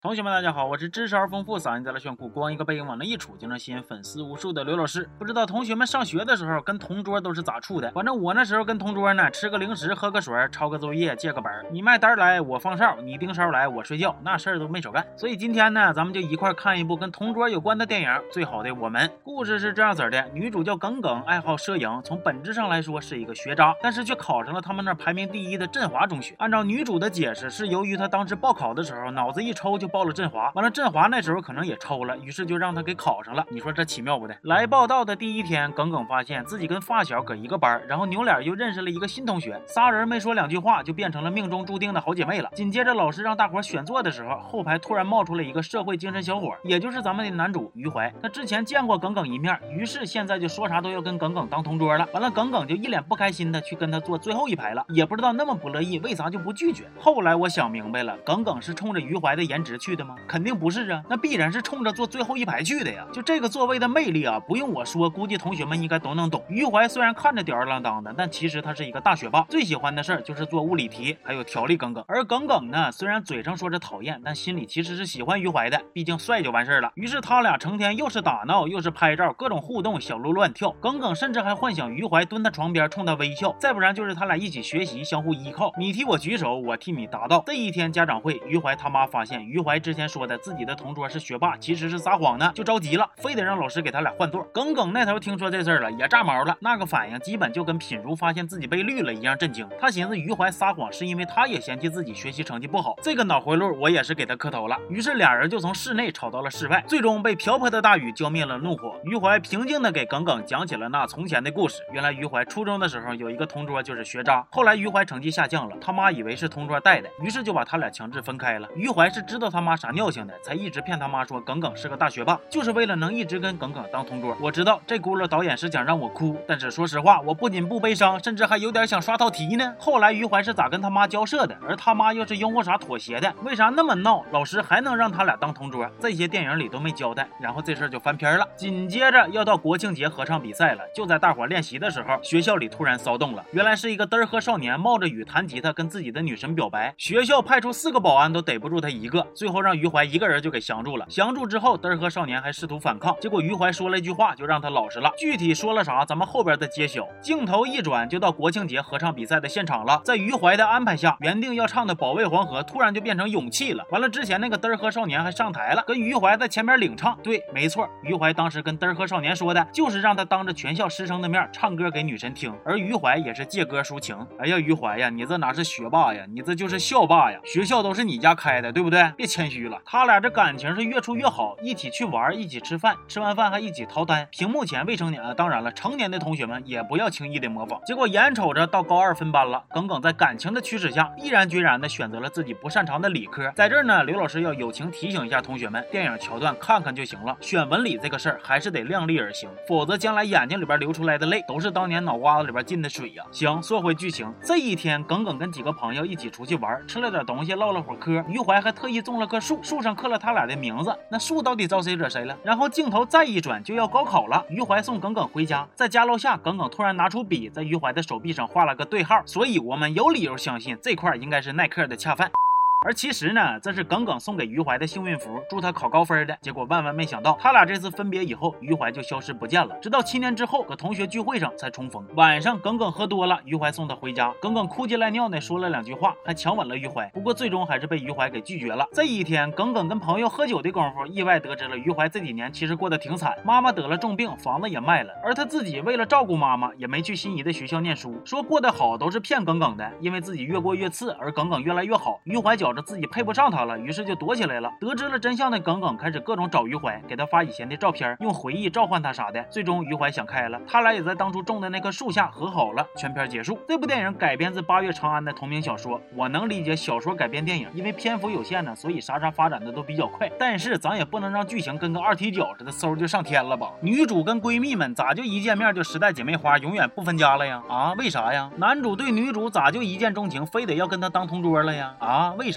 同学们，大家好，我是知识而丰富、嗓音在了炫酷、光一个背影往那一杵就能吸引粉丝无数的刘老师。不知道同学们上学的时候跟同桌都是咋处的？反正我那时候跟同桌呢，吃个零食、喝个水、抄个作业、借个本，你卖单来我放哨，你盯梢来我睡觉，那事儿都没少干。所以今天呢，咱们就一块看一部跟同桌有关的电影《最好的我们》。故事是这样子的：女主叫耿耿，爱好摄影，从本质上来说是一个学渣，但是却考上了他们那排名第一的振华中学。按照女主的解释，是由于她当时报考的时候脑子一抽就报了振华，完了振华那时候可能也抽了，于是就让他给考上了。你说这奇妙不的？来报道的第一天，耿耿发现自己跟发小搁一个班，然后扭脸又认识了一个新同学，仨人没说两句话就变成了命中注定的好姐妹了。紧接着老师让大伙选座的时候，后排突然冒出了一个社会精神小伙，也就是咱们的男主余淮。他之前见过耿耿一面，于是现在就说啥都要跟耿耿当同桌了。完了，耿耿就一脸不开心的去跟他坐最后一排了，也不知道那么不乐意为啥就不拒绝。后来我想明白了，耿耿是冲着余淮的颜值去的吗？肯定不是啊，那必然是冲着坐最后一排去的呀。就这个座位的魅力啊，不用我说，估计同学们应该都能懂。余淮虽然看着吊儿郎当的，但其实他是一个大学霸，最喜欢的事儿就是做物理题还有调理耿耿。而耿耿呢，虽然嘴上说着讨厌，但心里其实是喜欢余淮的，毕竟帅就完事儿了。于是他俩成天又是打闹又是拍照，各种互动，小鹿乱跳。耿耿甚至还幻想余淮蹲他床边冲他微笑，再不然就是他俩一起学习，相互依靠，你替我举手，我替你答到。这一天家长会，余淮他妈发现余淮之前说的自己的同桌是学霸，其实是撒谎呢，就着急了，非得让老师给他俩换座。耿耿那头听说这事儿了，也炸毛了，那个反应基本就跟品如发现自己被绿了一样震惊。他寻思余淮撒谎是因为他也嫌弃自己学习成绩不好，这个脑回路我也是给他磕头了。于是俩人就从室内吵到了室外，最终被瓢泼的大雨浇灭了怒火。余淮平静的给耿耿讲起了那从前的故事。原来余淮初中的时候有一个同桌就是学渣，后来余淮成绩下降了，他妈以为是同桌带的，于是就把他俩强制分开了。余淮是知道他妈啥尿性的，才一直骗他妈说耿耿是个大学霸，就是为了能一直跟耿耿当同桌。我知道这轱辘导演是想让我哭，但是说实话，我不仅不悲伤，甚至还有点想刷套题呢。后来余淮是咋跟他妈交涉的，而他妈又是因为啥妥协的？为啥那么闹，老师还能让他俩当同桌？这些电影里都没交代，然后这事儿就翻篇了。紧接着要到国庆节合唱比赛了，就在大伙练习的时候，学校里突然骚动了。原来是一个嘚儿喝少年冒着雨弹吉他跟自己的女神表白，学校派出4个保安都逮不住他一个，最后让余淮一个人就给降住了。降住之后，嘚儿喝少年还试图反抗，结果余淮说了一句话就让他老实了，具体说了啥咱们后边再揭晓。镜头一转就到国庆节合唱比赛的现场了，在余淮的安排下，原定要唱的保卫黄河突然就变成勇气了。完了之前那个嘚儿喝少年还上台了，跟余淮在前面领唱。对，没错，余淮当时跟嘚儿喝少年说的就是让他当着全校师生的面唱歌给女神听，而余淮也是借歌抒情。哎呀余淮呀，你这哪是学霸呀，你这就是校霸呀，学校都是你家开的对不对？别谦虚了。他俩这感情是越处越好，一起去玩，一起吃饭，吃完饭还一起掏单。屏幕前未成年，当然了，成年的同学们也不要轻易的模仿。结果眼瞅着到高2分班了，耿耿在感情的驱使下，毅然决然的选择了自己不擅长的理科。在这儿呢，刘老师要友情提醒一下同学们，电影桥段看看就行了，选文理这个事儿还是得量力而行，否则将来眼睛里边流出来的泪都是当年脑瓜子里边进的水呀。行，说回剧情，这一天耿耿跟几个朋友一起出去玩，吃了点东西，唠了会儿嗑，余淮还特意种了棵树，树上刻了他俩的名字。那树到底招谁惹谁了？然后镜头再一转就要高考了，余淮送耿耿回家，在家楼下，耿耿突然拿出笔在余淮的手臂上画了个对号，所以我们有理由相信这块应该是耐克的恰饭。而其实呢，这是耿耿送给余淮的幸运符，祝他考高分的。结果万万没想到，他俩这次分别以后，余淮就消失不见了。直到7年之后，搁同学聚会上才重逢。晚上，耿耿喝多了，余淮送他回家，耿耿哭鸡赖尿的说了2句话，还强吻了余淮。不过最终还是被余淮给拒绝了。这一天，耿耿跟朋友喝酒的功夫，意外得知了余淮这几年其实过得挺惨，妈妈得了重病，房子也卖了，而他自己为了照顾妈妈，也没去心仪的学校念书，说过得好都是骗耿耿的，因为自己越过越次，而耿耿越来越好。余淮觉着自己配不上他了，于是就躲起来了。得知了真相的耿耿开始各种找余淮，给他发以前的照片，用回忆召唤他啥的。最终余淮想开了，他俩也在当初种的那棵树下和好了。全片结束。这部电影改编自8月长安的同名小说。我能理解小说改编电影，因为篇幅有限呢，所以啥发展的都比较快。但是咱也不能让剧情跟个二踢脚似的，嗖就上天了吧？女主跟闺蜜们咋就一见面就时代姐妹花，永远不分家了呀？啊，为啥呀？男主对女主咋就一见钟情，非得要跟她当同桌了呀？啊，为啥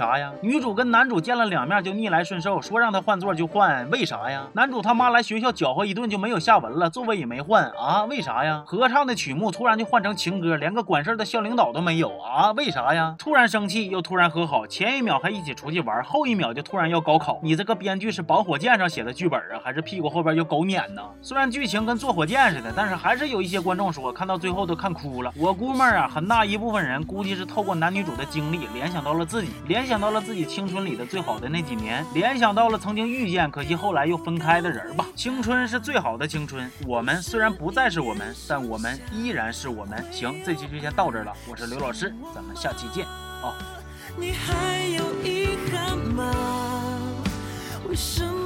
啥呀？女主跟男主见了2面就逆来顺受，说让他换座就换，为啥呀？男主他妈来学校搅和一顿就没有下文了，座位也没换啊，为啥呀？合唱的曲目突然就换成情歌，连个管事的校领导都没有啊，为啥呀？突然生气又突然和好，前一秒还一起出去玩，后一秒就突然要高考，你这个编剧是绑火箭上写的剧本啊，还是屁股后边有狗撵呢？虽然剧情跟坐火箭似的，但是还是有一些观众说看到最后都看哭了。我估摸啊，很大一部分人估计是透过男女主的经历联想到了自己，联想到了自己青春里的最好的那几年，联想到了曾经遇见可惜后来又分开的人吧。青春是最好的青春，我们虽然不再是我们，但我们依然是我们。行，这期就先到这儿了，我是刘老师，咱们下期见啊。 你还有遗憾吗？为什么